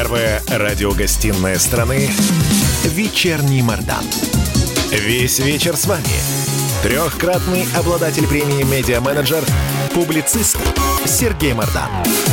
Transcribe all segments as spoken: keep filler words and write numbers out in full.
Первая радиогостинная страны «Вечерний Мардан». Весь вечер с вами. Трехкратный обладатель премии «Медиа-менеджер», публицист Сергей Мардан.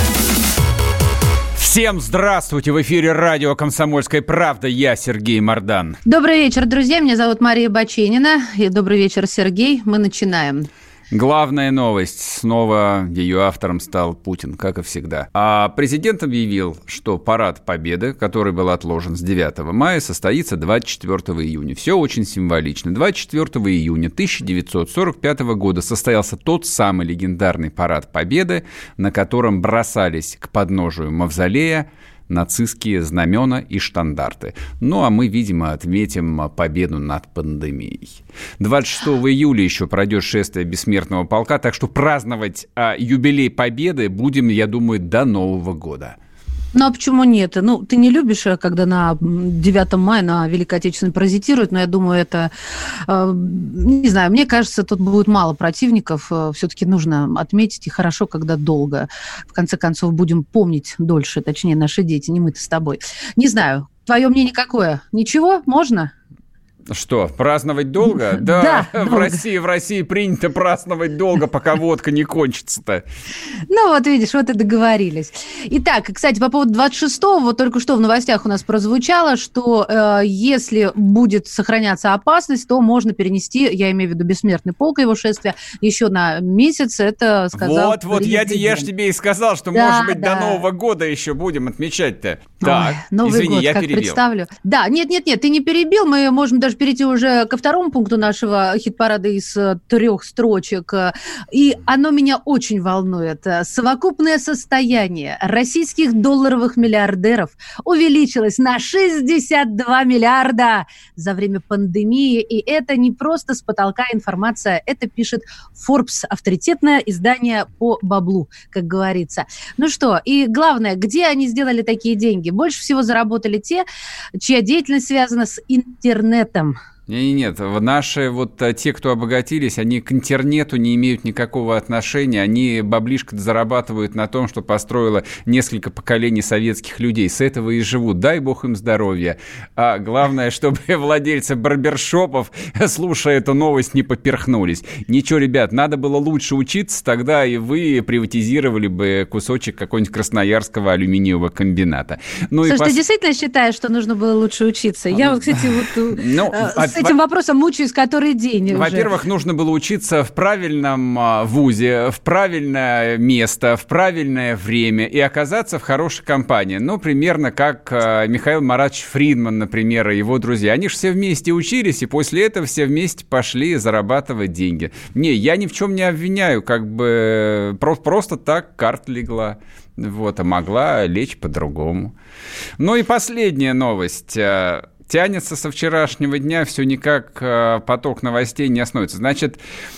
Всем здравствуйте! В эфире радио «Комсомольская правда». Я Сергей Мардан. Добрый вечер, друзья. Меня зовут Мария Баченина. И добрый вечер, Сергей. Мы начинаем. Главная новость. Снова ее автором стал Путин, как и всегда. А президент объявил, что парад Победы, который был отложен с девятого мая, состоится двадцать четвёртого июня. Все очень символично. двадцать четвёртого июня тысяча девятьсот сорок пятого года состоялся тот самый легендарный парад Победы, на котором бросались к подножию мавзолея нацистские знамена и штандарты. Ну, а мы, видимо, отметим победу над пандемией. двадцать шестого июля еще пройдет шествие Бессмертного полка, так что праздновать а, юбилей Победы будем, я думаю, до Нового года. Ну, а почему нет? Ну, ты не любишь, когда на девятого мая на Великой Отечественной паразитируют, но я думаю, это, э, не знаю, мне кажется, тут будет мало противников. Все-таки нужно отметить, и хорошо, когда долго. В конце концов, будем помнить дольше, точнее, наши дети, не мы-то с тобой. Не знаю, твое мнение какое? Ничего? Можно? Что, праздновать долго? Да, да в, долго. России, в России принято праздновать долго, пока водка не кончится-то. Ну вот видишь, вот и договорились. Итак, кстати, по поводу двадцать шестого, вот только что в новостях у нас прозвучало, что э, если будет сохраняться опасность, то можно перенести, я имею в виду Бессмертный полк, его шествие, еще на месяц, это сказал... Вот, вот, я, я же тебе и сказал, что, да, может быть, да. до Нового года еще будем отмечать-то. Так, Ой, Новый извини, год, я как перебил. Представлю. Да, нет-нет-нет, ты не перебил, мы можем даже перейти уже ко второму пункту нашего хит-парада из трех строчек. И оно меня очень волнует. Совокупное состояние российских долларовых миллиардеров увеличилось на шестьдесят два миллиарда за время пандемии. И это не просто с потолка информация, это пишет Forbes, авторитетное издание по баблу, как говорится. Ну что, и главное, где они сделали такие деньги? Больше всего заработали те, чья деятельность связана с интернетом. Нет, нет, наши вот те, кто обогатились, они к интернету не имеют никакого отношения, они баблишко зарабатывают на том, что построило несколько поколений советских людей, с этого и живут, дай бог им здоровья. А главное, чтобы владельцы барбершопов, слушая эту новость, не поперхнулись. Ничего, ребят, надо было лучше учиться, тогда и вы приватизировали бы кусочек какого-нибудь красноярского алюминиевого комбината. Ну, Слушай, и ты пос... действительно считаешь, что нужно было лучше учиться? Я вот, кстати, вот... Ну, с этим вопросом мучаюсь который день. Во-первых, уже. нужно было учиться в правильном вузе, в правильное место, в правильное время и оказаться в хорошей компании. Ну, примерно как Михаил Маратович Фридман, например, и его друзья. Они же все вместе учились, и после этого все вместе пошли зарабатывать деньги. Не, я ни в чем не обвиняю, как бы просто так карта легла. Вот, а могла лечь по-другому. Ну и последняя новость. Тянется со вчерашнего дня, все никак э, поток новостей не остановится. Значит,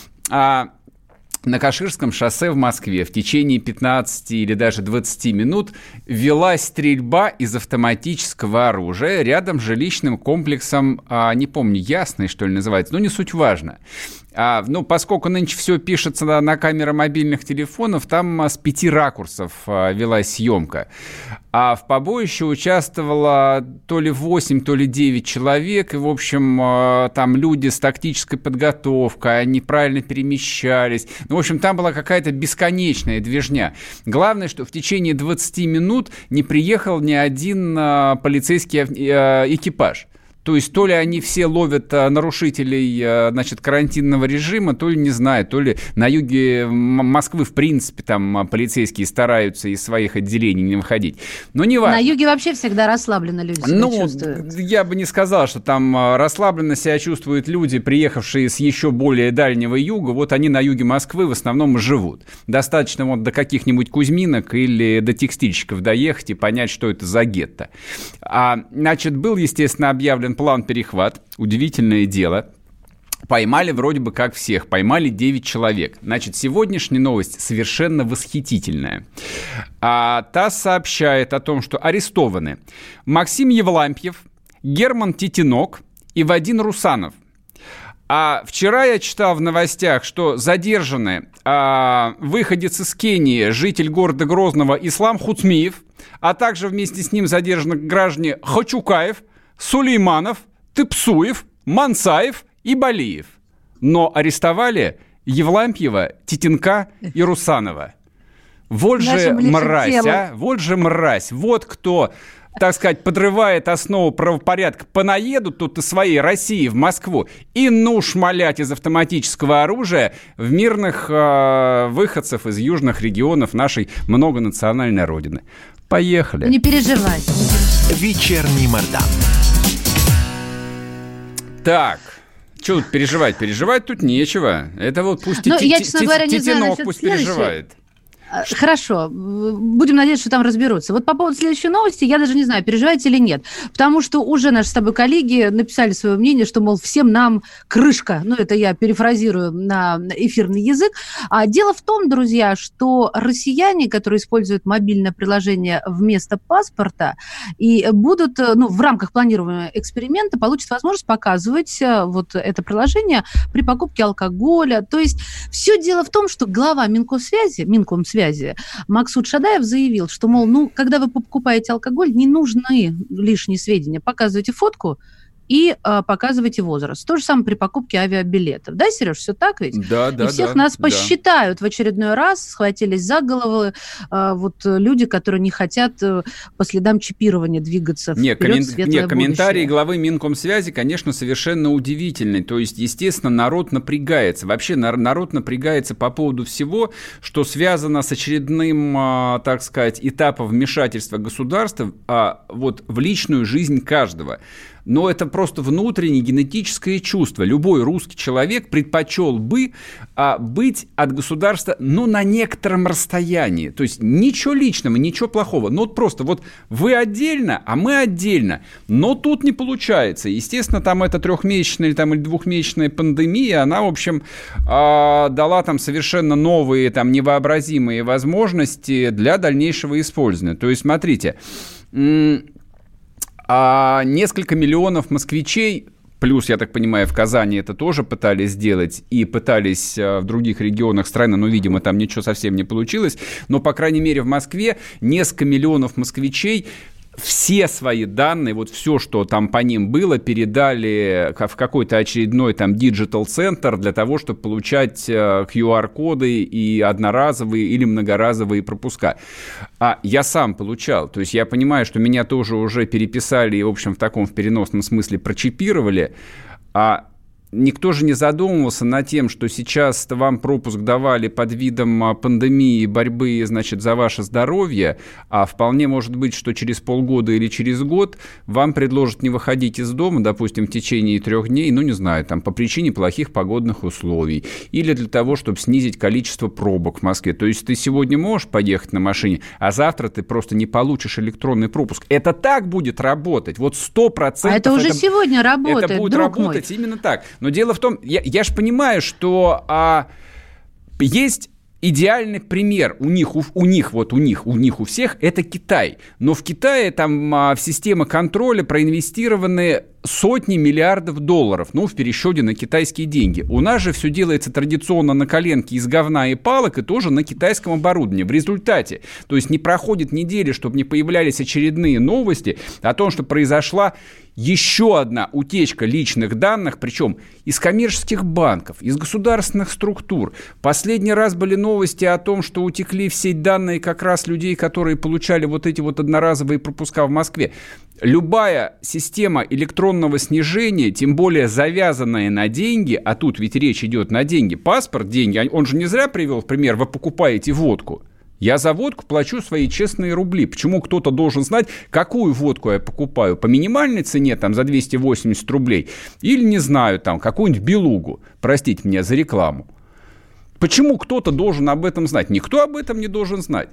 э, на Каширском шоссе в Москве в течение пятнадцати или даже двадцати минут велась стрельба из автоматического оружия рядом с жилищным комплексом, э, не помню, Ясный, что ли, называется, но не суть важно. А, ну, поскольку нынче все пишется на, на камеры мобильных телефонов, там а, с пяти ракурсов а, велась съемка. А в побоище участвовало то ли восемь, то ли девять человек. И, в общем, а, там люди с тактической подготовкой, они правильно перемещались. Ну, в общем, там была какая-то бесконечная движня. Главное, что в течение двадцати минут не приехал ни один а, полицейский а, экипаж. То есть то ли они все ловят а, нарушителей а, значит, карантинного режима, то ли не знаю, то ли на юге Москвы в принципе там а, полицейские стараются из своих отделений не выходить. Но не важно. На юге вообще всегда расслабленно люди себя ну, чувствуют. Я бы не сказал, что там а, расслабленно себя чувствуют люди, приехавшие с еще более дальнего юга. Вот они на юге Москвы в основном живут. Достаточно вот до каких-нибудь Кузьминок или до текстильщиков доехать и понять, что это за гетто. А, значит, был, естественно, объявлен план-перехват. Удивительное дело. Поймали вроде бы как всех. Поймали девять человек. Значит, сегодняшняя новость совершенно восхитительная. А, ТАСС сообщает о том, что арестованы Максим Евлампьев, Герман Титинок и Вадим Русанов. А вчера я читал в новостях, что задержаны а, выходец из Кении, житель города Грозного Ислам Хуцмиев, а также вместе с ним задержаны граждане Хачукаев, Сулейманов, Тыпсуев, Мансаев и Балиев. Но арестовали Евлампьева, Титенка и Русанова. Вот же мразь, а! Вот же мразь! Вот кто... так сказать, подрывает основу правопорядка, понаедут тут из своей России в Москву и ну шмалять из автоматического оружия в мирных э, выходцев из южных регионов нашей многонациональной родины. Поехали. Не переживай. Вечерний Мардан. Так. Что тут переживать? Переживать тут нечего. Это вот пусть Титинок пусть переживает. Хорошо, будем надеяться, что там разберутся. Вот по поводу следующей новости, я даже не знаю, переживаете или нет, потому что уже наши с тобой коллеги написали свое мнение, что, мол, всем нам крышка, ну, это я перефразирую на эфирный язык. А дело в том, друзья, что россияне, которые используют мобильное приложение вместо паспорта, и будут, ну, в рамках планируемого эксперимента, получат возможность показывать вот это приложение при покупке алкоголя. То есть все дело в том, что глава Минкомсвязи, Минкомсвязи, Максут Шадаев заявил, что, мол, ну, когда вы покупаете алкоголь, не нужны лишние сведения. Показывайте фотку и э, показывайте возраст. То же самое при покупке авиабилетов. Да, Сереж, все так ведь? Да, да, и всех да, нас да. посчитают в очередной раз, схватились за головы э, вот люди, которые не хотят э, по следам чипирования двигаться не, вперед коммен... в светлое не, комментарий будущее. главы Минкомсвязи, конечно, совершенно удивительный. То есть, естественно, народ напрягается. Вообще народ напрягается по поводу всего, что связано с очередным, э, так сказать, этапом вмешательства государства э, вот, в личную жизнь каждого. Но это просто внутреннее генетическое чувство. Любой русский человек предпочел бы а, быть от государства, ну, на некотором расстоянии. То есть ничего личного, ничего плохого. Но вот просто вот вы отдельно, а мы отдельно. Но тут не получается. Естественно, там эта трехмесячная или, там, или двухмесячная пандемия, она, в общем, а, дала там совершенно новые, там, невообразимые возможности для дальнейшего использования. То есть, смотрите... М- А несколько миллионов москвичей, плюс, я так понимаю, в Казани это тоже пытались сделать и пытались в других регионах страны, но, видимо, там ничего совсем не получилось, но, по крайней мере, в Москве несколько миллионов москвичей все свои данные, вот все, что там по ним было, передали в какой-то очередной там диджитал-центр для того, чтобы получать ку ар-коды и одноразовые или многоразовые пропуска. А я сам получал, то есть я понимаю, что меня тоже уже переписали и, в общем, в таком в переносном смысле прочипировали, а никто же не задумывался над тем, что сейчас вам пропуск давали под видом пандемии, борьбы, значит, за ваше здоровье, а вполне может быть, что через полгода или через год вам предложат не выходить из дома, допустим, в течение трех дней, ну, не знаю, там, по причине плохих погодных условий, или для того, чтобы снизить количество пробок в Москве. То есть ты сегодня можешь поехать на машине, а завтра ты просто не получишь электронный пропуск. Это так будет работать, вот сто процентов. А это уже это, сегодня работает, это будет друг работать мой. Именно так. Но дело в том, я, я же понимаю, что а, есть идеальный пример у них, у, у них, вот у них, у них у всех, это Китай. Но в Китае там а, в систему контроля проинвестированы сотни миллиардов долларов, ну, в пересчете на китайские деньги. У нас же все делается традиционно на коленке из говна и палок, и тоже на китайском оборудовании. В результате, то есть не проходит недели, чтобы не появлялись очередные новости о том, что произошла еще одна утечка личных данных, причем из коммерческих банков, из государственных структур. Последний раз были новости о том, что утекли в сеть данные как раз людей, которые получали вот эти вот одноразовые пропуска в Москве. Любая система электронного снижения, тем более завязанная на деньги, а тут ведь речь идет на деньги, паспорт, деньги, он же не зря привел в пример, вы покупаете водку. Я за водку плачу свои честные рубли. Почему кто-то должен знать, какую водку я покупаю? По минимальной цене, там, за двести восемьдесят рублей? Или, не знаю, там, какую-нибудь белугу? Простите меня за рекламу. Почему кто-то должен об этом знать? Никто об этом не должен знать.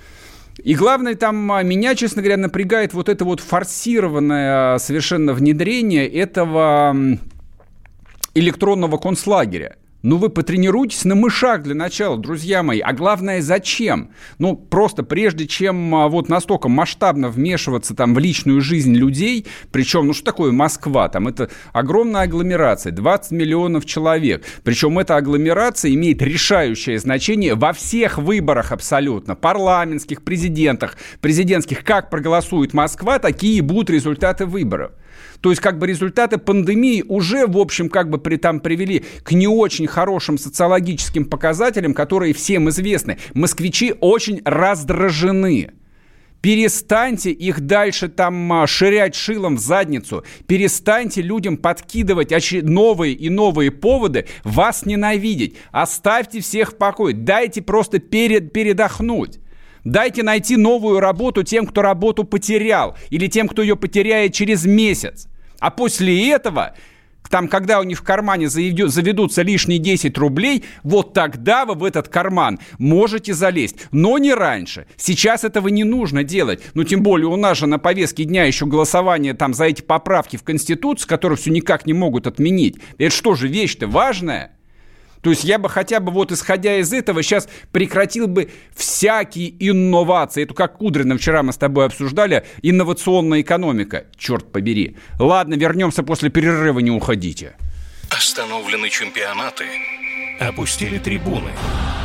И главное, там, меня, честно говоря, напрягает вот это вот форсированное совершенно внедрение этого электронного концлагеря. Ну, вы потренируйтесь на мышах для начала, друзья мои. А главное, зачем? Ну, просто прежде чем а, вот настолько масштабно вмешиваться там в личную жизнь людей, причем, ну, что такое Москва? Там это огромная агломерация, двадцать миллионов человек. Причем эта агломерация имеет решающее значение во всех выборах абсолютно. Парламентских, президентах, президентских. Как проголосует Москва, такие и будут результаты выборов. То есть, как бы результаты пандемии уже, в общем, как бы при, там привели к не очень хорошим социологическим показателям, которые всем известны. Москвичи очень раздражены. Перестаньте их дальше там ширять шилом в задницу. Перестаньте людям подкидывать новые и новые поводы вас ненавидеть. Оставьте всех в покое. Дайте просто перед, передохнуть. Дайте найти новую работу тем, кто работу потерял, или тем, кто ее потеряет через месяц. А после этого, там, когда у них в кармане заведутся лишние десять рублей, вот тогда вы в этот карман можете залезть, но не раньше. Сейчас этого не нужно делать. Ну, тем более у нас же на повестке дня еще голосование там за эти поправки в Конституцию, которые все никак не могут отменить. Это что же, вещь-то важная? То есть я бы хотя бы вот исходя из этого сейчас прекратил бы всякие инновации. Это как Кудрина вчера мы с тобой обсуждали. Инновационная экономика. Черт побери. Ладно, вернемся после перерыва, не уходите. Остановлены чемпионаты. Опустили трибуны.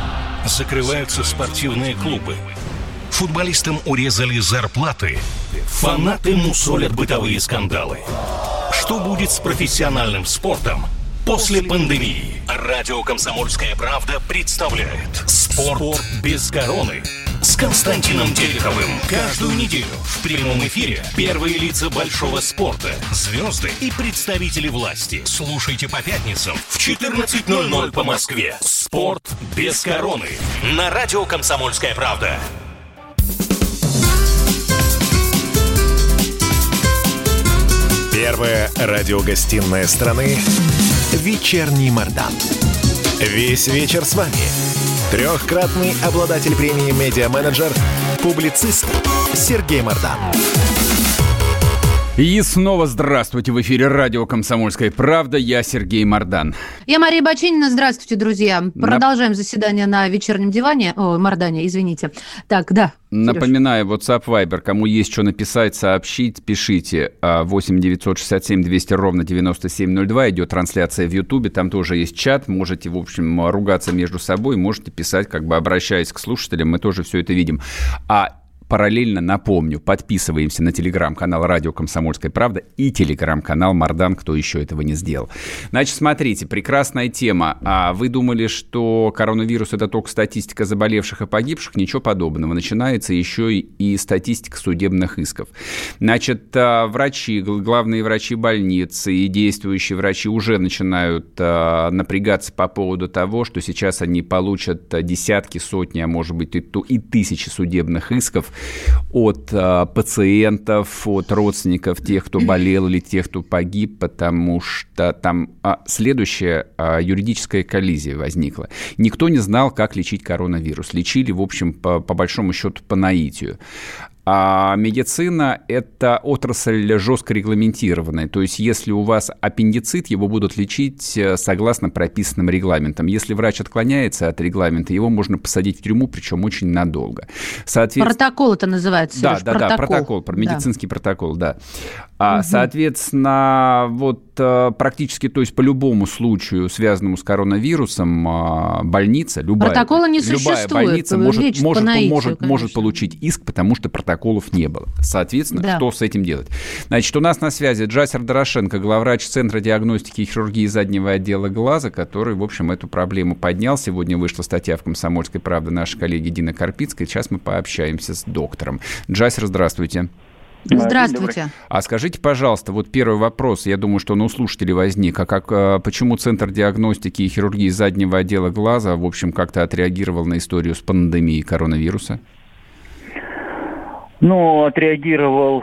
Закрываются спортивные клубы. Футболистам урезали зарплаты. Фанаты мусолят бытовые скандалы. Что будет с профессиональным спортом после пандемии? Радио «Комсомольская правда» представляет «Спорт без короны» с Константином Тереховым. Каждую неделю в прямом эфире первые лица большого спорта, звезды и представители власти. Слушайте по пятницам в четырнадцать ноль ноль по Москве. «Спорт без короны» на радио «Комсомольская правда». Первая радиогостинная страны «Вечерний Мардан». Весь вечер с вами трехкратный обладатель премии «Медиа-менеджер», публицист Сергей Мардан. И снова здравствуйте. В эфире радио «Комсомольская правда». Я Сергей Мардан. Я Мария Баченина. Здравствуйте, друзья. Продолжаем на... заседание на вечернем диване. О, Мардане, извините. Так, да. Напоминаю, WhatsApp, Viber. Кому есть что написать, сообщить, пишите. восемь девятьсот шестьдесят семь двести ровно девяносто семь ноль два. Идет трансляция в Ютубе. Там тоже есть чат. Можете, в общем, ругаться между собой. Можете писать, как бы обращаясь к слушателям. Мы тоже все это видим. А параллельно напомню, подписываемся на телеграм-канал «Радио Комсомольская правда» и телеграм-канал «Мардан», кто еще этого не сделал. Значит, смотрите, прекрасная тема. А вы думали, что коронавирус – это только статистика заболевших и погибших? Ничего подобного. Начинается еще и статистика судебных исков. Значит, врачи, главные врачи больницы и действующие врачи уже начинают напрягаться по поводу того, что сейчас они получат десятки, сотни, а может быть и тысячи судебных исков от а, пациентов, от родственников тех, кто болел или тех, кто погиб, потому что там а, следующая а, юридическая коллизия возникла. Никто не знал, как лечить коронавирус. Лечили, в общем, по, по большому счету, по наитию. А медицина – это отрасль жестко регламентированная. То есть, если у вас аппендицит, его будут лечить согласно прописанным регламентам. Если врач отклоняется от регламента, его можно посадить в тюрьму, причем очень надолго. Соответственно... Протокол это называется, Да, Сереж, да, протокол. да, протокол, медицинский да. протокол, да. А, угу. Соответственно, вот практически, то есть, по любому случаю, связанному с коронавирусом, больница, любая, протокола не любая существует, больница может, может, наитию, может, может получить иск, потому что протокол протоколов не было. Соответственно, да. Что с этим делать? Значит, у нас на связи Джасер Дорошенко, главврач Центра диагностики и хирургии заднего отдела глаза, который, в общем, эту проблему поднял. Сегодня вышла статья в «Комсомольской правде» нашей коллеги Дины Карпицкой. Сейчас мы пообщаемся с доктором. Джасер, здравствуйте. Здравствуйте. А скажите, пожалуйста, вот первый вопрос, я думаю, что он у слушателей возник. А как, а почему Центр диагностики и хирургии заднего отдела глаза, в общем, как-то отреагировал на историю с пандемией коронавируса? Ну, отреагировал,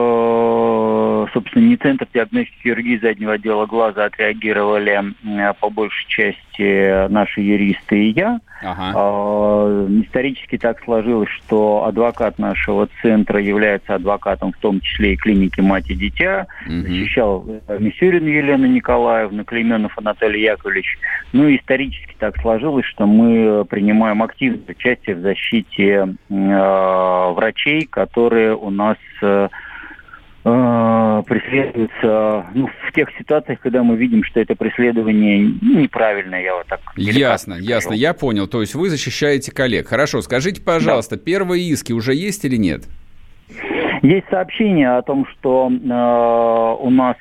э, собственно, не Центр диагностики и хирургии заднего отдела глаза, отреагировали э, по большей части наши юристы и я. Ага. Э, исторически так сложилось, что адвокат нашего центра является адвокатом в том числе и клиники «Мать и дитя». Угу. Защищал Мисюрину Елену Николаевну, Клейменов Анатолий Яковлевич. Ну, исторически так сложилось, что мы принимаем активное участие в защите э, врачей, которые у нас э, э, преследуются, ну, в тех ситуациях, когда мы видим, что это преследование неправильное, я вот так... Ясно, ясно, я понял. То есть вы защищаете коллег. Хорошо, скажите, пожалуйста, да. Первые иски уже есть или нет? Есть сообщение о том, что э, у нас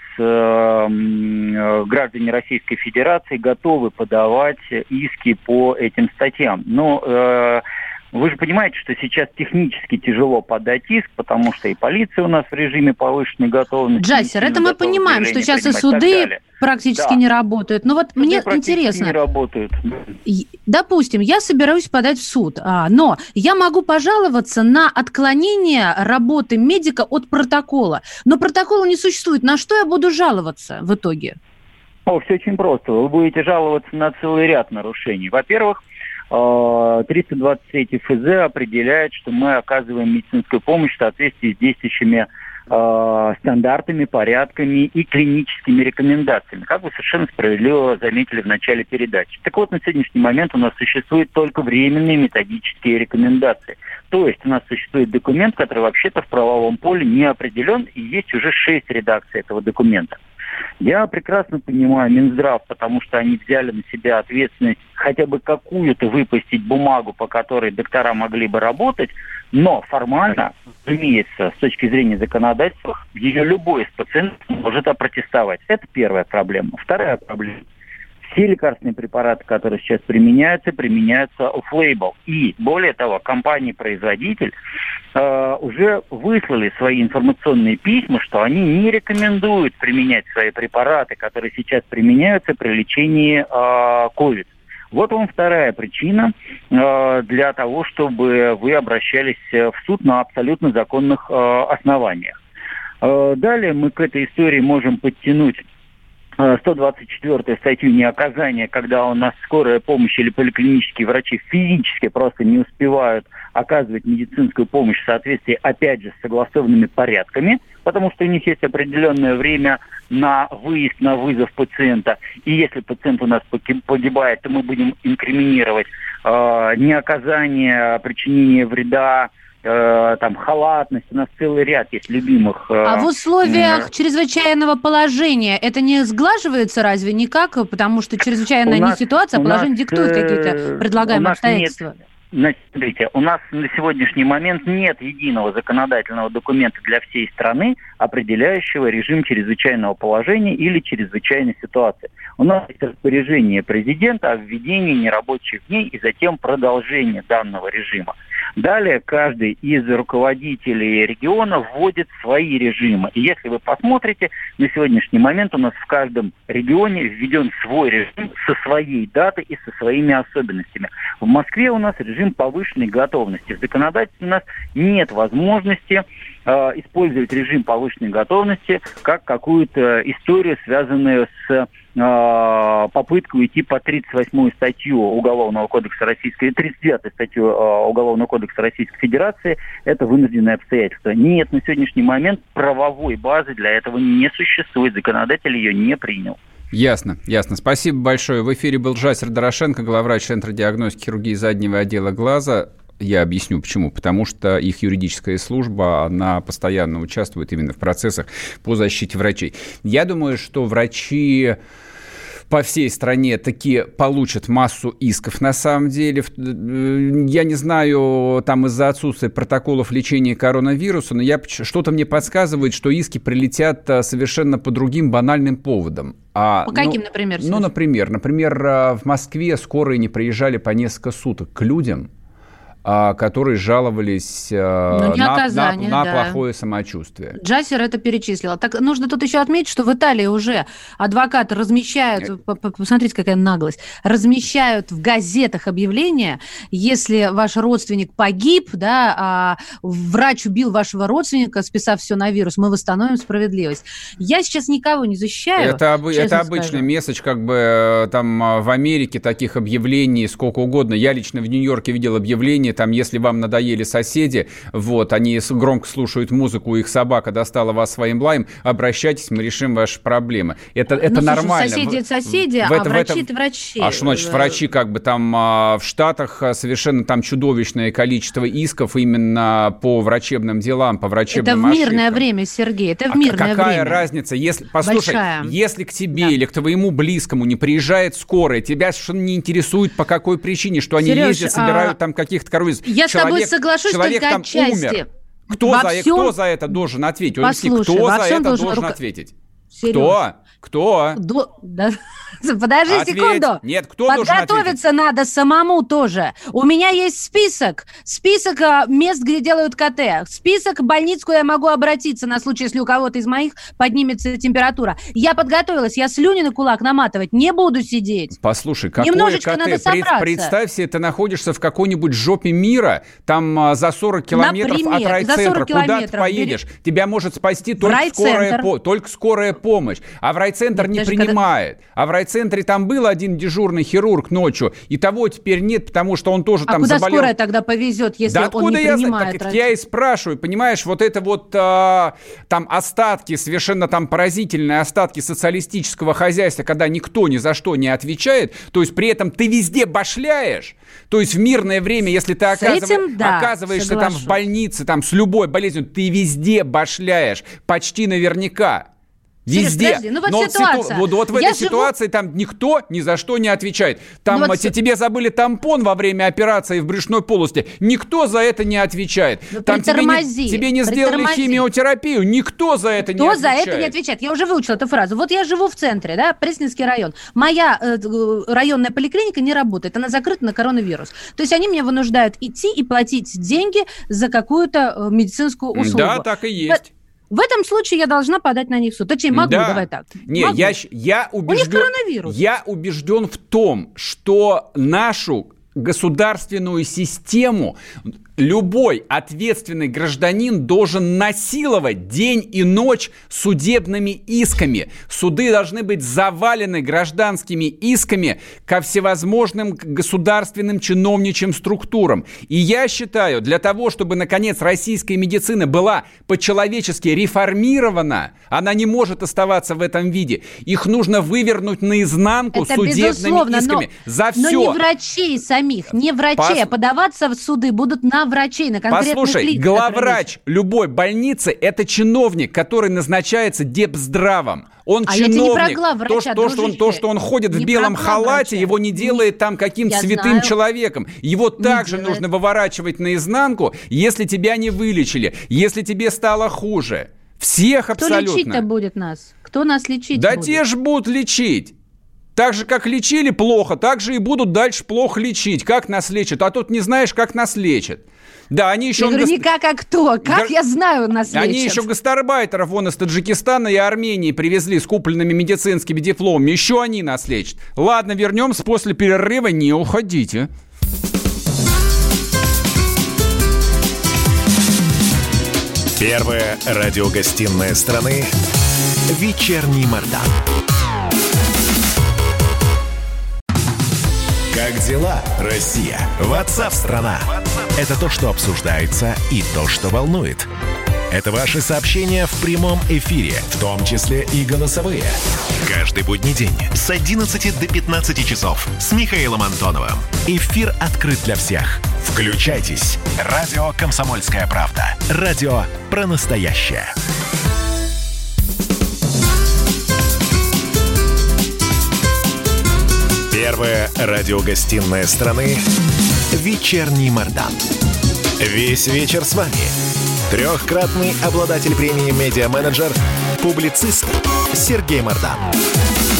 э, граждане Российской Федерации готовы подавать иски по этим статьям. Но э, вы же понимаете, что сейчас технически тяжело подать иск, потому что и полиция у нас в режиме повышенной готовности. Джасер, это мы понимаем, что сейчас и суды практически да. не работают. Но вот суды мне интересно. Не работают. Допустим, я собираюсь подать в суд, но я могу пожаловаться на отклонение работы медика от протокола. Но протокола не существует. На что я буду жаловаться в итоге? О, все очень просто. Вы будете жаловаться на целый ряд нарушений. Во-первых, триста двадцать третий эф зэ определяет, что мы оказываем медицинскую помощь в соответствии с действующими э, стандартами, порядками и клиническими рекомендациями, как вы совершенно справедливо заметили в начале передачи. Так вот, на сегодняшний момент у нас существуют только временные методические рекомендации. То есть у нас существует документ, который вообще-то в правовом поле не определен, и есть уже шесть редакций этого документа. Я прекрасно понимаю Минздрав, потому что они взяли на себя ответственность хотя бы какую-то выпустить бумагу, по которой доктора могли бы работать, но формально, разумеется, с точки зрения законодательства, ее любой из пациентов может опротестовать. Это первая проблема. Вторая проблема. Все лекарственные препараты, которые сейчас применяются, применяются off-label. И, более того, компания-производитель э, уже выслали свои информационные письма, что они не рекомендуют применять свои препараты, которые сейчас применяются при лечении ковид. Э, вот вам вторая причина э, для того, чтобы вы обращались в суд на абсолютно законных э, основаниях. Э, далее мы к этой истории можем подтянуть сто двадцать четвёртую статью неоказания, когда у нас скорая помощь или поликлинические врачи физически просто не успевают оказывать медицинскую помощь в соответствии, опять же, с согласованными порядками, потому что у них есть определенное время на выезд, на вызов пациента. И если пациент у нас погибает, то мы будем инкриминировать э, неоказание, причинение вреда, там халатность, у нас целый ряд есть любимых. А в условиях э, чрезвычайного положения это не сглаживается разве никак? Потому что чрезвычайная не ситуация, а положение нас, диктует какие-то предлагаемые обстоятельства. Нет, смотрите, у нас на сегодняшний момент нет единого законодательного документа для всей страны, определяющего режим чрезвычайного положения или чрезвычайной ситуации. У нас есть распоряжение президента о введении нерабочих дней и затем продолжение данного режима. Далее каждый из руководителей региона вводит свои режимы. И если вы посмотрите, на сегодняшний момент у нас в каждом регионе введен свой режим со своей датой и со своими особенностями. В Москве у нас режим повышенной готовности. В законодательстве у нас нет возможности э, использовать режим повышенной готовности как какую-то историю, связанную с э, попыткой уйти по тридцать восьмую статью Уголовного кодекса Российской, тридцать девятую статью э, Уголовного кодекса Российской Федерации. Это вынужденное обстоятельство. Нет, на сегодняшний момент правовой базы для этого не существует. Законодатель ее не принял. Ясно, ясно. Спасибо большое. В эфире был Джасер Дорошенко, главврач Центра диагностики и хирургии заднего отдела глаза. Я объясню, почему. Потому что их юридическая служба, она постоянно участвует именно в процессах по защите врачей. Я думаю, что врачи по всей стране таки получат массу исков на самом деле. Я не знаю, там из-за отсутствия протоколов лечения коронавируса, но я, что-то мне подсказывает, что иски прилетят совершенно по другим банальным поводам. А, по каким, ну, например? Ну, например, например, в Москве скорые не приезжали по несколько суток к людям, которые жаловались ну, на, на, на да. плохое самочувствие. Джассер это перечислила. Так нужно тут еще отметить, что в Италии уже адвокаты размещают, посмотрите, какая наглость, размещают в газетах объявления, если ваш родственник погиб, да, а врач убил вашего родственника, списав все на вирус, мы восстановим справедливость. Я сейчас никого не защищаю. Это, об, это обычный месседж, как бы там в Америке таких объявлений сколько угодно. Я лично в Нью-Йорке видел объявления, там, если вам надоели соседи, вот, они громко слушают музыку, их собака достала вас своим лаем, обращайтесь, мы решим ваши проблемы. Это, это ну, нормально. Слушай, соседи – это соседи, в, а это, врачи – это врачи. А что значит врачи? Как бы там в Штатах совершенно там чудовищное количество исков именно по врачебным делам, по врачебным ошибкам. Это в мирное ошибкам. время, Сергей, это в мирное а какая время. разница? Если, послушай, Большая. если к тебе да. или к твоему близкому не приезжает скорая, тебя совершенно не интересует, по какой причине, что они Сереж, ездят, собирают а... там каких-то коровьев. Я человек, с тобой соглашусь человек только там отчасти. Умер. Кто, за, всем... кто за это должен ответить? Послушай, кто за это должен, должен рука... ответить? Сереж. Кто? Кто? До... Да. Подожди Ответь. секунду. Нет, кто должен ответить? Подготовиться надо самому тоже. У меня есть список. Список мест, где делают КТ. Список больниц, куда я могу обратиться на случай, если у кого-то из моих поднимется температура. Я подготовилась. Я слюни на кулак наматывать не буду сидеть. Послушай, какое Немножечко КТ? Надо собраться. Представь себе, ты находишься в какой-нибудь жопе мира, там за сорок километров Например, от райцентра. Куда ты поедешь? Бери... Тебя может спасти только скорая, по... только скорая помощь. А в райцентр Нет, не принимает. Когда... А в райцентре там был один дежурный хирург ночью, и того теперь нет, потому что он тоже а там куда заболел. Скорая тогда повезет, если да он не я принимает? Так, так я и спрашиваю, понимаешь, вот это вот а, там остатки, совершенно там поразительные остатки социалистического хозяйства, когда никто ни за что не отвечает, то есть при этом ты везде башляешь, то есть в мирное время, если ты оказыв... этим, да, оказываешься соглашусь. там в больнице, там с любой болезнью, ты везде башляешь, почти наверняка. Везде. Сереж, ну вот но ситуация. Ситу... Вот, вот в Я этой живу... ситуации там никто ни за что не отвечает. Там вот... тебе забыли тампон во время операции в брюшной полости. Никто за это не отвечает. Ну, там тебе не, тебе не сделали химиотерапию. Никто за это Кто не отвечает. Кто за это не отвечает? Я уже выучила эту фразу. Вот я живу в центре, да, Пресненский район. Моя э, районная поликлиника не работает. Она закрыта на коронавирус. То есть они меня вынуждают идти и платить деньги за какую-то э, медицинскую услугу. Да, так и есть. В этом случае я должна подать на них в суд. Точнее, могу, да. давай так. Не, могу. я, я убежден, У них коронавирус. Я убежден в том, что нашу государственную систему любой ответственный гражданин должен насиловать день и ночь судебными исками. Суды должны быть завалены гражданскими исками ко всевозможным государственным чиновничьим структурам. И я считаю, для того, чтобы, наконец, российская медицина была по-человечески реформирована, она не может оставаться в этом виде. Их нужно вывернуть наизнанку Это судебными исками. Но, за все. Но не врачей самих, не врачей, Пос... а подаваться в суды будут на врачей, на конкретных Послушай, лиц. главврач любой больницы – это чиновник, который назначается Депздравом. Он а чиновник. Я тебе не про главврача, то, то, что он, то, что он ходит не в белом халате, его не делает не... там каким-то святым знаю. человеком. Его не также делает. Нужно выворачивать наизнанку, если тебя не вылечили, если тебе стало хуже. Всех Кто абсолютно. Кто лечить-то будет нас? Кто нас лечить да будет? те же будут лечить. Так же, как лечили плохо, так же и будут дальше плохо лечить. Как нас лечат? А тут не знаешь, как нас лечат. Да, они еще... Я говорю, не как, а кто? Как Гар... я знаю, нас лечат? Они еще гастарбайтеров вон из Таджикистана и Армении привезли с купленными медицинскими дипломами. Еще они нас лечат. Ладно, вернемся после перерыва. Не уходите. Первая радиогостинная страны «Вечерний Мардан». Как дела, Россия? WhatsApp-страна. Это то, что обсуждается и то, что волнует. Это ваши сообщения в прямом эфире, в том числе и голосовые. Каждый будний день с одиннадцати до пятнадцати часов с Михаилом Антоновым. Эфир открыт для всех. Включайтесь. Радио «Комсомольская правда». Радио про настоящее. Первая радиогостинная страны «Вечерний Мардан». Весь вечер с вами трехкратный обладатель премии «Медиа-менеджер», публицист Сергей Мардан.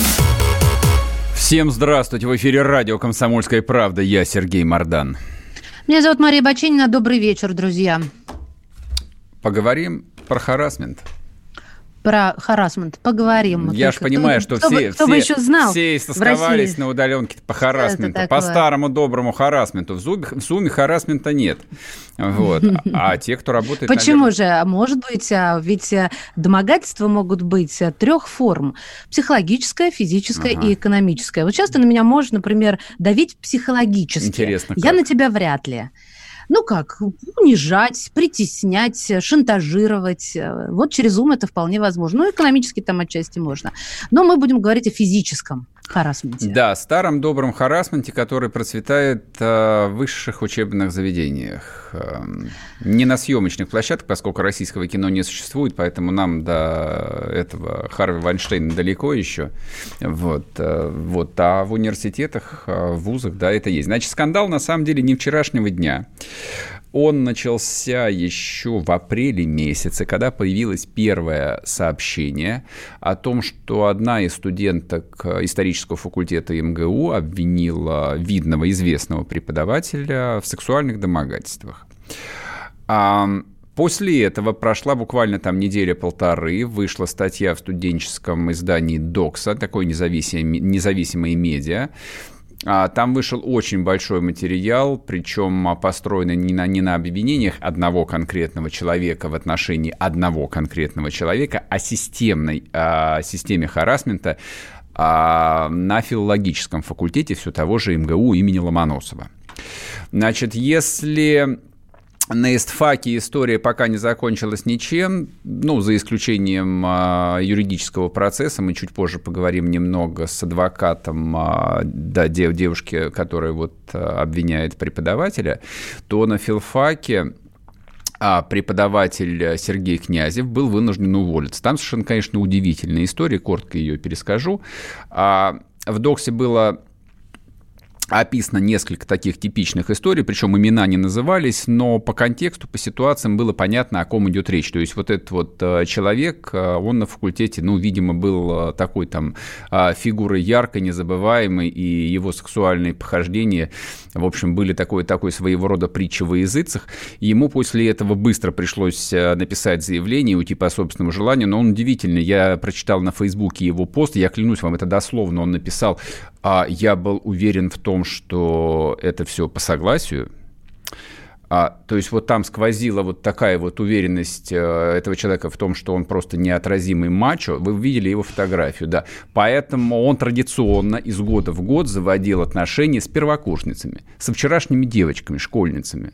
Всем здравствуйте! В эфире радио «Комсомольская правда». Я Сергей Мардан. Меня зовут Мария Баченина. Добрый вечер, друзья. Поговорим про харассмент. Про харассмент поговорим. Я же понимаю, что кто все, бы, кто все, бы еще знал, все истосковались на удаленке по харассменту. По старому доброму харассменту. В Зуме, в Зуме харассмента нет. Вот. А те, кто работает... Почему наверное... же? Может быть, ведь домогательства могут быть трех форм. Психологическое, физическое ага. и экономическое. Вот часто на меня может, например, давить психологически. Интересно, Я как? на тебя вряд ли. Ну как, унижать, притеснять, шантажировать. Вот через ум это вполне возможно. Ну, экономически там отчасти можно. Но мы будем говорить о физическом харассменте. Да, старом добром харассменте, который процветает э, в высших учебных заведениях. Э, не на съемочных площадках, поскольку российского кино не существует, поэтому нам до этого Харви Вайнштейна далеко еще. Вот, э, вот. А в университетах, в вузах, да, это есть. Значит, скандал на самом деле не вчерашнего дня. Он начался еще в апреле месяце, когда появилось первое сообщение о том, что одна из студенток исторического факультета эм гэ у обвинила видного, известного преподавателя в сексуальных домогательствах. После этого прошла буквально там неделя-полторы, вышла статья в студенческом издании «Докса», такое независимое, независимое медиа. Там вышел очень большой материал, причем построенный не на, не на обвинениях одного конкретного человека в отношении одного конкретного человека, а системной а, системе харассмента а, на филологическом факультете все того же эм гэ у имени Ломоносова. Значит, если... На ИСТФАКе история пока не закончилась ничем, ну, за исключением а, юридического процесса. Мы чуть позже поговорим немного с адвокатом а, да, дев, девушки, которая вот, а, обвиняет преподавателя. То на филфаке а, преподаватель Сергей Князев был вынужден уволиться. Там совершенно, конечно, удивительная история, коротко ее перескажу. А, в Доксе было... описано несколько таких типичных историй, причем имена не назывались, но по контексту, по ситуациям было понятно, о ком идет речь. То есть вот этот вот человек, он на факультете, ну, видимо, был такой там фигурой яркой, незабываемой, и его сексуальные похождения, в общем, были такой, такой своего рода притчей во языцах. Ему после этого быстро пришлось написать заявление, уйти по собственному желанию, но он удивительный. Я прочитал на Фейсбуке его пост, я клянусь вам, это дословно он написал: «Я был уверен в том, что это все по согласию». А, то есть вот там сквозила вот такая вот уверенность э, этого человека в том, что он просто неотразимый мачо. Вы видели его фотографию, да. Поэтому он традиционно из года в год заводил отношения с первокурсницами, со вчерашними девочками, школьницами.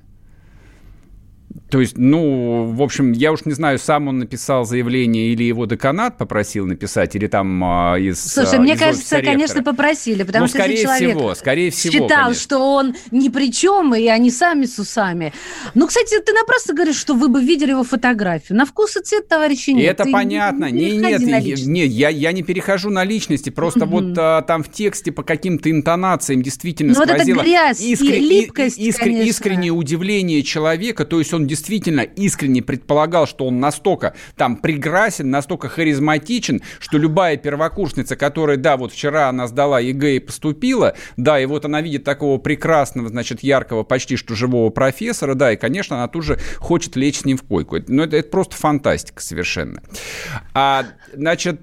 То есть, ну, в общем, я уж не знаю, сам он написал заявление или его деканат попросил написать, или там а, из Слушай, а, мне из кажется, конечно, попросили, потому ну, что скорее если человек всего, скорее всего, считал, конечно. что он ни при чем, и они сами с усами. Ну, кстати, ты напрасно говоришь, что вы бы видели его фотографию. На вкус и цвет, товарищи, нет. И это ты понятно. Не, нет, нет, я, я не перехожу на личности, просто угу. вот а, там в тексте по каким-то интонациям действительно ну, сквозило вот грязь искрен... и липкость, искрен... искреннее удивление человека, то есть он действительно искренне предполагал, что он настолько там прекрасен, настолько харизматичен, что любая первокурсница, которая, да, вот вчера она сдала ЕГЭ и поступила, да, и вот она видит такого прекрасного, значит, яркого, почти что живого профессора, да, и, конечно, она тут же хочет лечь с ним в койку. Но это, это просто фантастика совершенно. А, значит...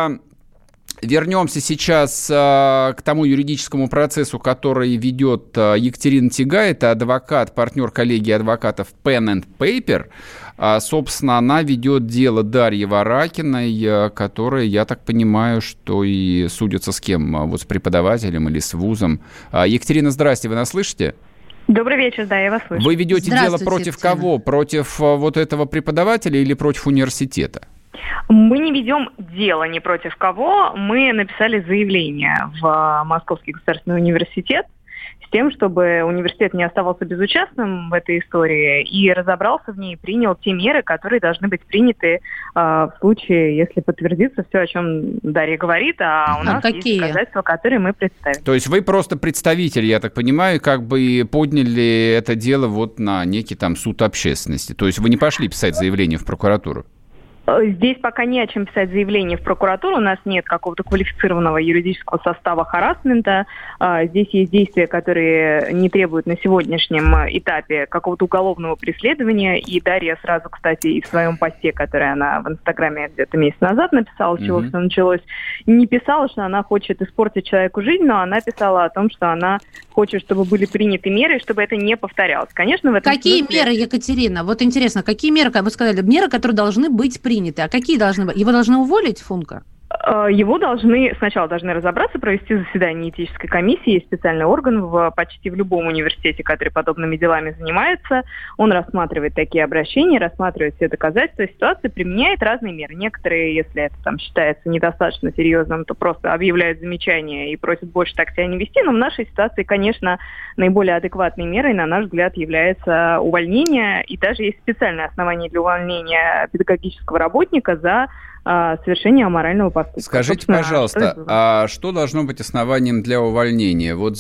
Вернемся сейчас а, к тому юридическому процессу, который ведет а, Екатерина Тигай. Это адвокат, партнер коллегии адвокатов Pen and Paper. А, собственно, она ведет дело Дарьи Варакиной, а, которая, я так понимаю, что и судится с кем? А, вот с преподавателем или с вузом. А, Екатерина, здрасте, вы нас слышите? Добрый вечер, да, я вас слышу. Вы ведете дело против Екатерина. Кого? Против а, вот этого преподавателя или против университета? Мы не ведем дело ни против кого. Мы написали заявление в Московский государственный университет с тем, чтобы университет не оставался безучастным в этой истории и разобрался в ней, и принял те меры, которые должны быть приняты э, в случае, если подтвердится все, о чем Дарья говорит, а у а нас какие? есть доказательства, которые мы представим. То есть вы просто представитель, я так понимаю, как бы подняли это дело вот на некий там суд общественности. То есть вы не пошли писать заявление в прокуратуру? Здесь пока не о чем писать заявление в прокуратуру. У нас нет какого-то квалифицированного юридического состава харассмента. Здесь есть действия, которые не требуют на сегодняшнем этапе какого-то уголовного преследования. И Дарья сразу, кстати, и в своем посте, который она в Инстаграме где-то месяц назад написала, с чего mm-hmm. все началось, не писала, что она хочет испортить человеку жизнь, но она писала о том, что она хочет, чтобы были приняты меры, чтобы это не повторялось. Конечно, в этом Какие смысле... меры, Екатерина? Вот интересно, какие меры, как вы сказали, меры, которые должны быть приняты? А какие должны быть? Его должны уволить, Функа? Его должны, сначала должны разобраться, провести заседание этической комиссии. Есть специальный орган в, почти в любом университете, который подобными делами занимается. Он рассматривает такие обращения, рассматривает все доказательства ситуации, применяет разные меры. Некоторые, если это там считается недостаточно серьезным, то просто объявляют замечания и просят больше так себя не вести. Но в нашей ситуации, конечно, наиболее адекватной мерой, на наш взгляд, является увольнение. И даже есть специальное основание для увольнения педагогического работника за совершение аморального поступка. Скажите, собственно, пожалуйста, что а что должно быть основанием для увольнения? Вот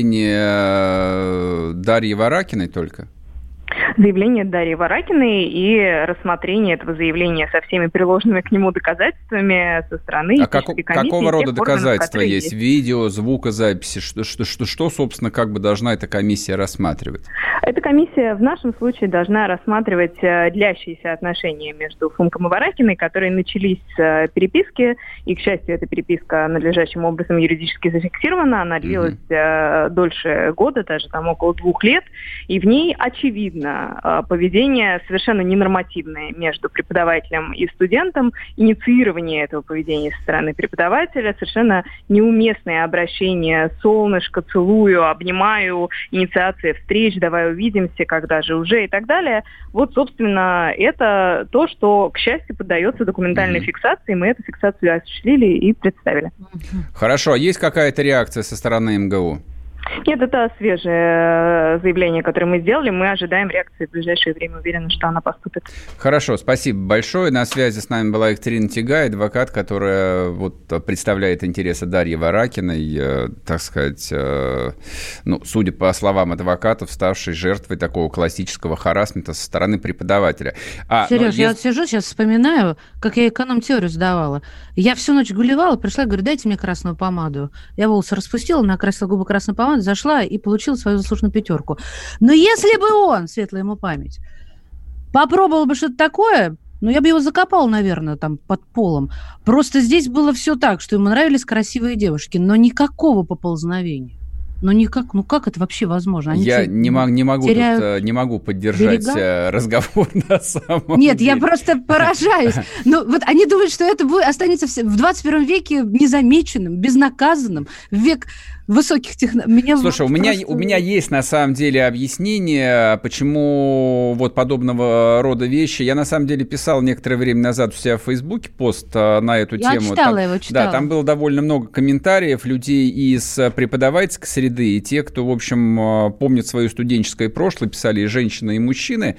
заявление Дарьи Варакиной только? Заявление Дарьи Варакиной и рассмотрение этого заявления со всеми приложенными к нему доказательствами со стороны а как, комиссии. Какого рода доказательства органов, есть? есть? Видео, звукозаписи? Что, что, что, что, собственно, как бы должна эта комиссия рассматривать? Эта комиссия в нашем случае должна рассматривать длящиеся отношения между Функом и Варакиной, которые начались с переписки, и, к счастью, эта переписка надлежащим образом юридически зафиксирована, она длилась mm-hmm. дольше года, даже там около двух лет, и в ней очевидно поведение совершенно ненормативное между преподавателем и студентом, инициирование этого поведения со стороны преподавателя, совершенно неуместное обращение «солнышко», «целую», «обнимаю», инициация встреч, «давай увидимся», «когда же уже» и так далее. Вот, собственно, это то, что, к счастью, поддается документальной mm-hmm. фиксации. Мы эту фиксацию осуществили и представили. Хорошо. А есть какая-то реакция со стороны эм гэ у? Нет, это свежее заявление, которое мы сделали. Мы ожидаем реакции в ближайшее время. Уверены, что она поступит. Хорошо, спасибо большое. На связи с нами была Екатерина Тигай, адвокат, которая вот представляет интересы Дарьи Варакиной, э, так сказать, э, ну, судя по словам адвокатов, ставшей жертвой такого классического харассмента со стороны преподавателя. А, Сереж, я если... вот сижу, сейчас вспоминаю, как я эконом-теорию сдавала. Я всю ночь гулевала, пришла, говорю, дайте мне красную помаду. Я волосы распустила, накрасила губы красной помадой, зашла и получила свою заслуженную пятерку. Но если бы он, светлая ему память, попробовал бы что-то такое, ну, я бы его закопала, наверное, там под полом. Просто здесь было все так, что ему нравились красивые девушки, но никакого поползновения. Ну, никак, ну как это вообще возможно? Они я не, мог, не, могу тут, не могу поддержать берега? разговор на самом Нет, деле. я просто поражаюсь. Ну, вот они думают, что это будет, останется в двадцать первом веке незамеченным, безнаказанным, в век высоких технологий. Слушай, у меня, у меня есть на самом деле объяснение, почему вот подобного рода вещи. Я на самом деле писал некоторое время назад у себя в Фейсбуке пост на эту я тему. Я читала там, его, читала. Да, там было довольно много комментариев людей из преподавательской среды, и те, кто, в общем, помнит свое студенческое прошлое, писали и женщины, и мужчины.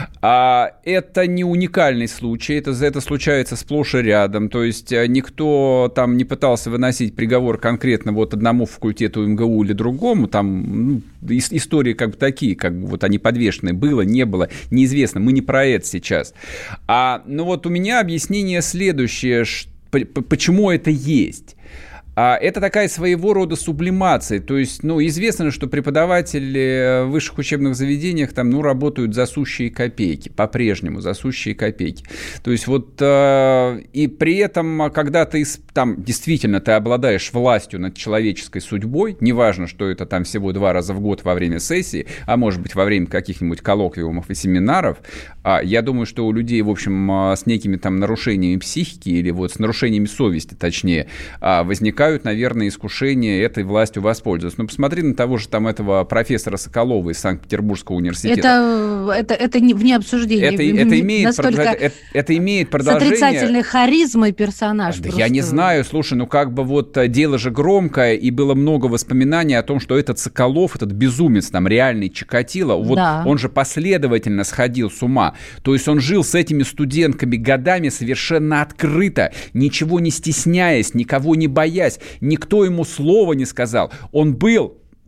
А это не уникальный случай, это, это случается сплошь и рядом. То есть никто там не пытался выносить приговор конкретно вот одному факультету эм гэ у или другому, там ну, истории как бы такие, как бы вот они подвешены, было, не было, неизвестно, мы не про это сейчас. А, ну вот у меня объяснение следующее, почему это есть. А это такая своего рода сублимация, то есть, ну, известно, что преподаватели в высших учебных заведениях там, ну, работают за сущие копейки, по-прежнему за сущие копейки. То есть вот, э, и при этом, когда ты там действительно ты обладаешь властью над человеческой судьбой, неважно, что это там всего два раза в год во время сессии, а может быть во время каких-нибудь коллоквиумов и семинаров, э, я думаю, что у людей, в общем, э, с некими там нарушениями психики или вот с нарушениями совести, точнее, э, возникает наверное, искушение этой властью воспользоваться. Ну, посмотри на того же там этого профессора Соколова из Санкт-Петербургского университета. Это, это, это не, вне обсуждения. Это, это, имеет, это, это, это имеет продолжение. С отрицательной харизмой персонаж. Да я не знаю, слушай, ну как бы вот дело же громкое, и было много воспоминаний о том, что этот Соколов, этот безумец, там реальный Чикатило, вот да. Он же последовательно сходил с ума. То есть он жил с этими студентками годами совершенно открыто, ничего не стесняясь, никого не боясь. Никто ему слова не сказал. Он был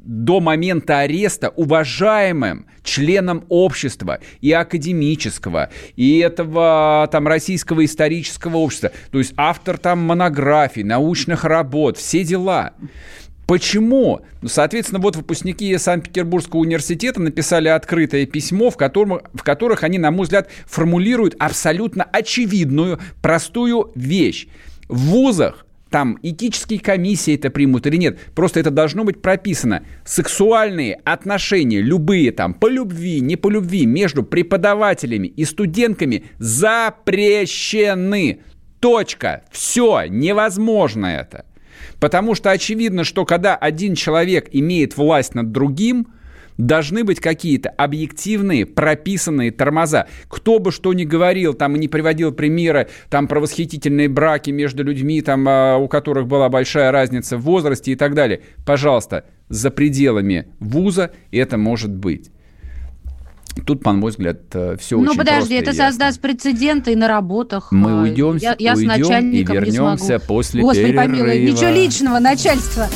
до момента ареста уважаемым членом общества и академического, и этого там российского исторического общества. То есть автор там монографий, научных работ, все дела. Почему? Ну, соответственно, вот выпускники Санкт-Петербургского университета написали открытое письмо, в котором, в которых они, на мой взгляд, формулируют абсолютно очевидную, простую вещь. В вузах там этические комиссии это примут или нет, просто это должно быть прописано. Сексуальные отношения, любые там, по любви, не по любви, между преподавателями и студентками запрещены. Точка. Все. Невозможно это. Потому что очевидно, что когда один человек имеет власть над другим, должны быть какие-то объективные, прописанные тормоза. Кто бы что ни говорил, там и не приводил примеры там, про восхитительные браки между людьми, там, у которых была большая разница в возрасте и так далее. Пожалуйста, за пределами вуза это может быть. Тут, на мой взгляд, все ну, очень подожди, просто это создаст прецеденты и на работах. Мы уйдем, я, я уйдем с начальником и вернемся не смогу. после Господи, перерыва. помилуй, ничего личного, начальство.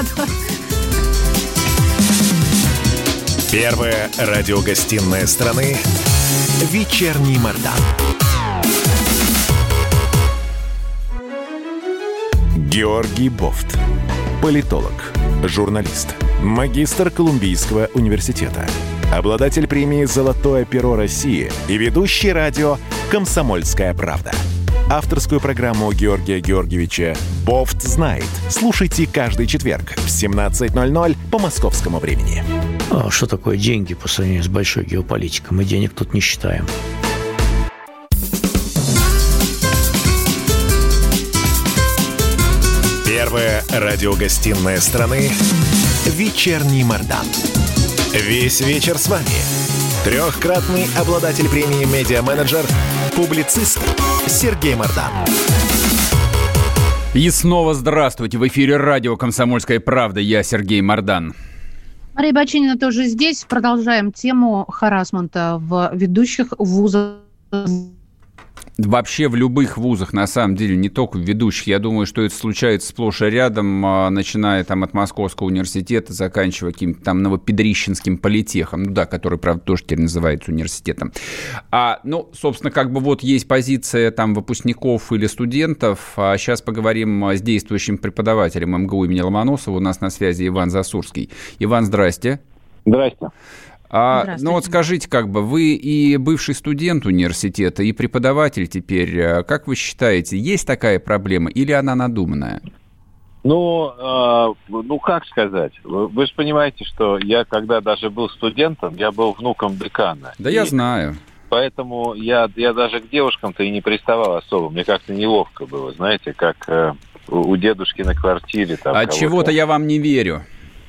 Первая радиогостинная страны «Вечерний Мордан». Георгий Бофт. Политолог, журналист, магистр Колумбийского университета, обладатель премии «Золотое перо России» и ведущий радио «Комсомольская правда». Авторскую программу Георгия Георгиевича «Бофт знает». Слушайте каждый четверг в семнадцать ноль ноль по московскому времени. А что такое деньги по сравнению с большой геополитикой? Мы денег тут не считаем. Первая радиогостинная страны «Вечерний Мордан». Весь вечер с вами трехкратный обладатель премии «Медиа-менеджер», публицист Сергей Мордан. И снова здравствуйте. В эфире радио «Комсомольская правда». Я Сергей Мордан. Мария Бачинина тоже здесь. Продолжаем тему харассмента в ведущих вузах. Вообще в любых вузах, на самом деле, не только в ведущих. Я думаю, что это случается сплошь и рядом, начиная там от Московского университета, заканчивая каким-то там Новопедрищенским политехом, ну да, который, правда, тоже теперь называется университетом. А, ну, собственно, как бы вот есть позиция там выпускников или студентов. А сейчас поговорим с действующим преподавателем эм гэ у имени Ломоносова. У нас на связи Иван Засурский. Иван, здрасте. Здрасте. А, ну вот скажите, как бы, вы и бывший студент университета, и преподаватель теперь, как вы считаете, есть такая проблема или она надуманная? Ну, э, ну как сказать, вы, вы же понимаете, что я, когда даже был студентом, я был внуком декана. Да я знаю. Поэтому я, я даже к девушкам-то и не приставал особо, мне как-то неловко было, знаете, как э, у дедушки на квартире. Там, От чего-то я вам не верю.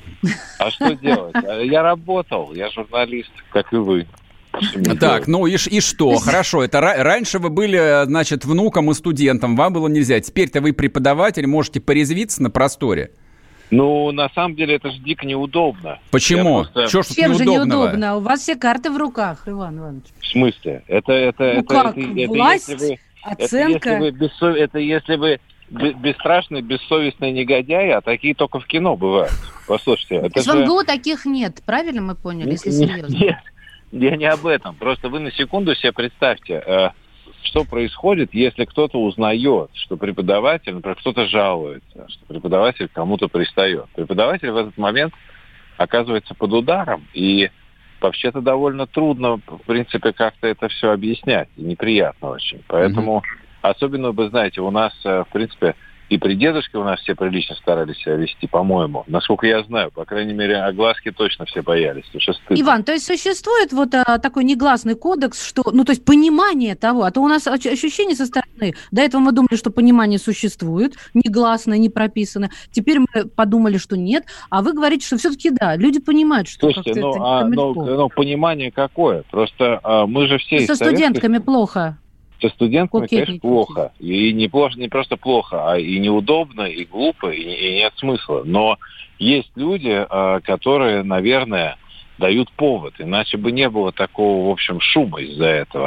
А что делать? Я работал, я журналист, как и вы. Так, ну и, и что? Хорошо, это раньше вы были, значит, внуком и студентом, вам было нельзя. Теперь-то вы преподаватель, можете порезвиться на просторе. Ну, на самом деле, это же дико неудобно. Почему? Просто... Что ж Чем же неудобно? У вас все карты в руках, Иван Иванович. В смысле? Это, это, ну это, как? Это, Власть? Это, если вы, оценка? Это если вы, бессов... это если вы бесстрашный, бессовестный негодяй, а такие только в кино бывают. Послушайте, это же... В эм гэ у таких нет, правильно мы поняли, если серьезно? Нет, я не об этом. Просто вы на секунду себе представьте, что происходит, если кто-то узнает, что преподаватель, например, кто-то жалуется, что преподаватель к кому-то пристает. Преподаватель в этот момент оказывается под ударом, и вообще-то довольно трудно, в принципе, как-то это все объяснять, и неприятно очень. Поэтому... Mm-hmm. Особенно, вы знаете, у нас, в принципе, и при дедушке у нас все прилично старались себя вести, по-моему. Насколько я знаю, по крайней мере, огласки точно все боялись. Иван, то есть существует вот а, такой негласный кодекс, что, ну, то есть понимание того, а то у нас ощущение со стороны, до этого мы думали, что понимание существует, негласно, не прописано, теперь мы подумали, что нет, а вы говорите, что все-таки да, люди понимают, что Слушайте, ну, это а, ну, ну, понимание какое? Просто а, мы же все... Со студентками советских... плохо. Со студентами, конечно, плохо. И не, плохо, не просто плохо, а и неудобно, и глупо, и, и нет смысла. Но есть люди, которые, наверное, дают повод. Иначе бы не было такого, в общем, шума из-за этого.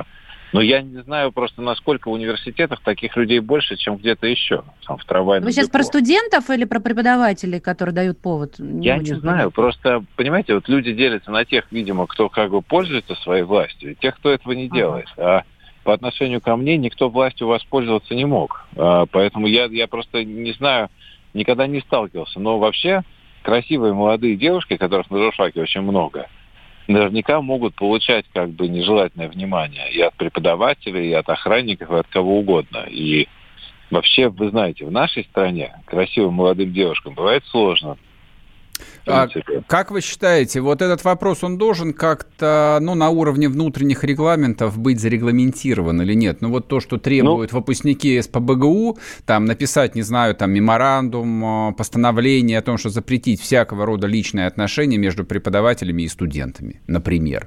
Но я не знаю просто, насколько в университетах таких людей больше, чем где-то еще, там, в трамвайном Вы сейчас депо. про студентов или про преподавателей, которые дают повод? Не я не знаю, просто, понимаете, вот люди делятся на тех, видимо, кто как бы пользуется своей властью, и тех, кто этого не ага. делает. А по отношению ко мне никто властью воспользоваться не мог. А, поэтому я, я просто не знаю, никогда не сталкивался. Но вообще красивые молодые девушки, которых на журфаке очень много, наверняка могут получать как бы нежелательное внимание и от преподавателей, и от охранников, и от кого угодно. И вообще, вы знаете, в нашей стране красивым молодым девушкам бывает сложно. А как вы считаете, вот этот вопрос, он должен как-то, ну, на уровне внутренних регламентов быть зарегламентирован или нет? Ну, вот то, что требуют ну, выпускники СПбГУ, там, написать, не знаю, там, меморандум, постановление о том, что запретить всякого рода личные отношения между преподавателями и студентами, например.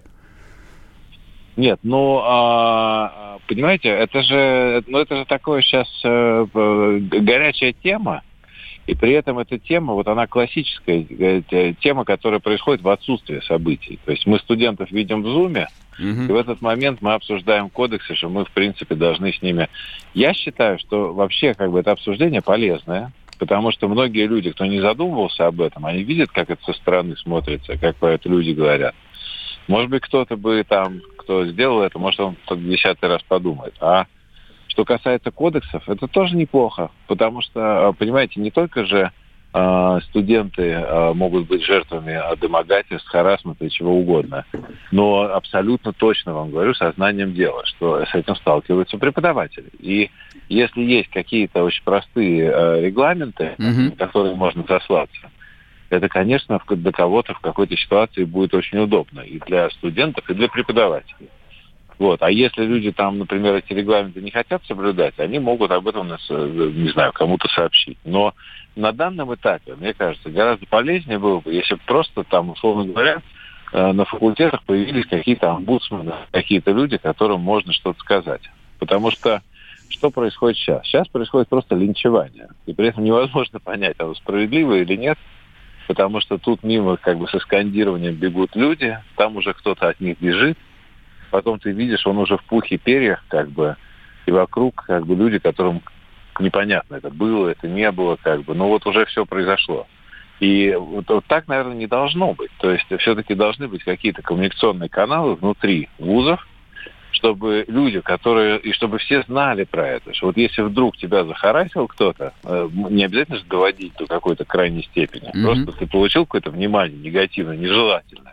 Нет, ну, а, понимаете, это же, ну, это же такое сейчас э, горячая тема. И при этом эта тема, вот она классическая тема, которая происходит в отсутствии событий. То есть мы студентов видим в Зуме, uh-huh. и в этот момент мы обсуждаем кодексы, что мы, в принципе, должны с ними... Я считаю, что вообще как бы это обсуждение полезное, потому что многие люди, кто не задумывался об этом, они видят, как это со стороны смотрится, как про это люди говорят. Может быть, кто-то бы там, кто сделал это, может, он в десятый раз подумает. А что касается кодексов, это тоже неплохо, потому что, понимаете, не только же э, студенты э, могут быть жертвами домогательств, харассмента и чего угодно, но абсолютно точно вам говорю сознанием дела, что с этим сталкиваются преподаватели. И если есть какие-то очень простые э, регламенты, mm-hmm. на которые можно сослаться, это, конечно, для кого-то в какой-то ситуации будет очень удобно и для студентов, и для преподавателей. Вот. А если люди там, например, эти регламенты не хотят соблюдать, они могут об этом, не знаю, кому-то сообщить. Но на данном этапе, мне кажется, гораздо полезнее было бы, если бы просто там, условно говоря, на факультетах появились какие-то омбудсмены, какие-то люди, которым можно что-то сказать. Потому что что происходит сейчас? Сейчас происходит просто линчевание. И при этом невозможно понять, оно справедливо или нет, потому что тут мимо как бы со скандированием бегут люди, там уже кто-то от них бежит. Потом ты видишь, он уже в пухе и перьях, как бы, и вокруг, как бы, люди, которым непонятно, это было, это не было, как бы, но вот уже все произошло. И вот, вот так, наверное, не должно быть. То есть все-таки должны быть какие-то коммуникационные каналы внутри вузов, чтобы люди, которые, и чтобы все знали про это, что вот если вдруг тебя захарасил кто-то, не обязательно же доводить до какой-то крайней степени, mm-hmm. просто ты получил какое-то внимание негативное, нежелательное.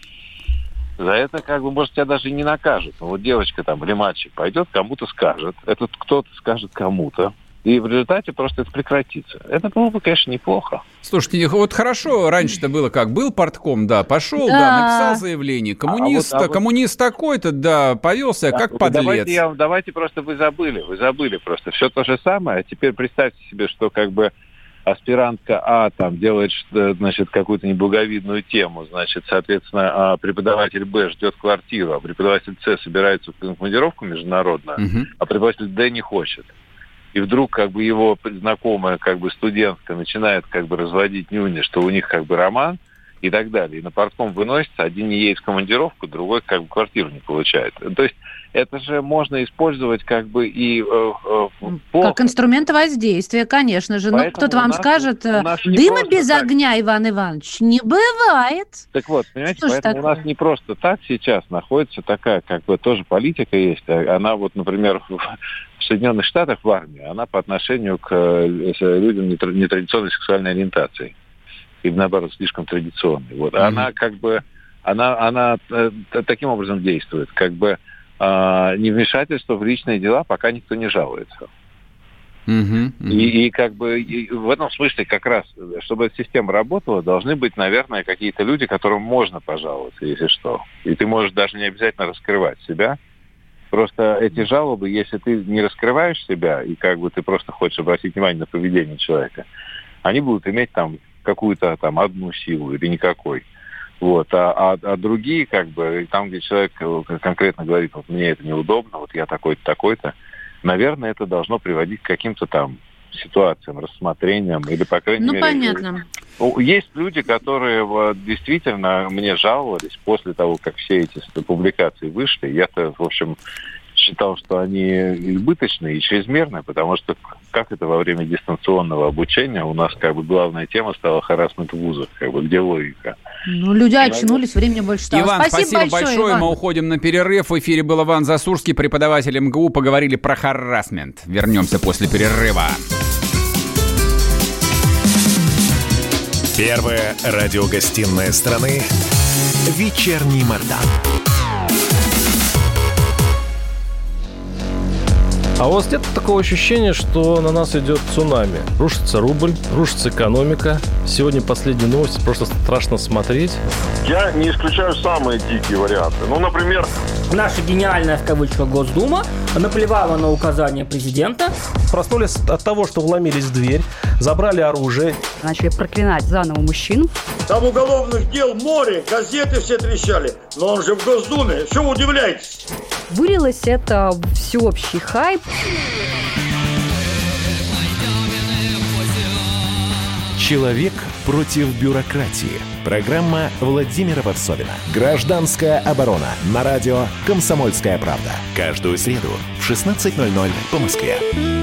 За это, как бы, может, тебя даже и не накажут. Но вот девочка там или мальчик пойдет, кому-то скажет, этот кто-то скажет кому-то, и в результате просто это прекратится. Это было бы, конечно, неплохо. Слушайте, вот хорошо, раньше-то было как, был партком, да, пошел, да, да написал заявление, коммунист, а вот, а вот, коммунист такой-то, да, повелся, да, как подлец. Давайте, я, давайте просто вы забыли, вы забыли просто все то же самое, а теперь представьте себе, что как бы аспирантка А там делает, значит, какую-то неблаговидную тему, значит, соответственно, преподаватель Б ждет квартиру, а преподаватель С собирается в командировку международную, uh-huh. а преподаватель Д не хочет. И вдруг, как бы, его знакомая, как бы, студентка начинает, как бы, разводить нюни, что у них, как бы, роман и так далее. И на партком выносится, один не едет в командировку, другой, как бы, квартиру не получает. То есть это же можно использовать, как бы, и э, э, плохо. Как инструмент воздействия, конечно же. Поэтому ну, кто-то вам нас, скажет, дыма без так. огня, Иван Иванович, не бывает. Так вот, понимаете, что поэтому у нас не просто так сейчас находится такая, как бы, тоже политика есть. Она вот, например, в Соединенных Штатах в армии, она по отношению к людям нетрадиционной сексуальной ориентации. И, наоборот, слишком традиционной. Вот. Mm-hmm. Она, как бы, она, она таким образом действует, как бы, невмешательство в личные дела, пока никто не жалуется. Uh-huh, uh-huh. И, и как бы и в этом смысле как раз, чтобы эта система работала, должны быть, наверное, какие-то люди, которым можно пожаловаться, если что. И ты можешь даже не обязательно раскрывать себя. Просто эти жалобы, если ты не раскрываешь себя, и как бы ты просто хочешь обратить внимание на поведение человека, они будут иметь там какую-то там одну силу или никакой. Вот, а, а, а другие, как бы, там, где человек конкретно говорит, вот мне это неудобно, вот я такой-то, такой-то, наверное, это должно приводить к каким-то там ситуациям, рассмотрениям, или, по крайней ну, мере... понятно. Есть люди, которые вот, действительно мне жаловались после того, как все эти публикации вышли. Я-то, в общем, считал, что они избыточны и чрезмерны, потому что как это во время дистанционного обучения у нас как бы главная тема стала харассмент в вузах, как бы где логика. Ну, люди очнулись, времени больше стало. Иван, спасибо, спасибо большое. большое. Иван. Мы уходим на перерыв. В эфире был Иван Засурский, преподаватель эм гэ у. Поговорили про харассмент. Вернемся после перерыва. Первая радиогостинная страны «Вечерний Мордан». А у вас нет такого ощущения, что на нас идет цунами? Рушится рубль, рушится экономика. Сегодня последние новости, просто страшно смотреть. Я не исключаю самые дикие варианты. Ну, например... Наша гениальная, в кавычках, Госдума наплевала на указания президента. Проснулись от того, что вломились в дверь, забрали оружие. Начали проклинать заново мужчин. Там уголовных дел море, газеты все трещали. Но он же в Госдуме, что вы удивляетесь? Вылилось это в всеобщий хайп. Человек против бюрократии. Программа Владимира Варсовина. Гражданская оборона. На радио «Комсомольская правда». Каждую среду в шестнадцать ноль ноль по Москве.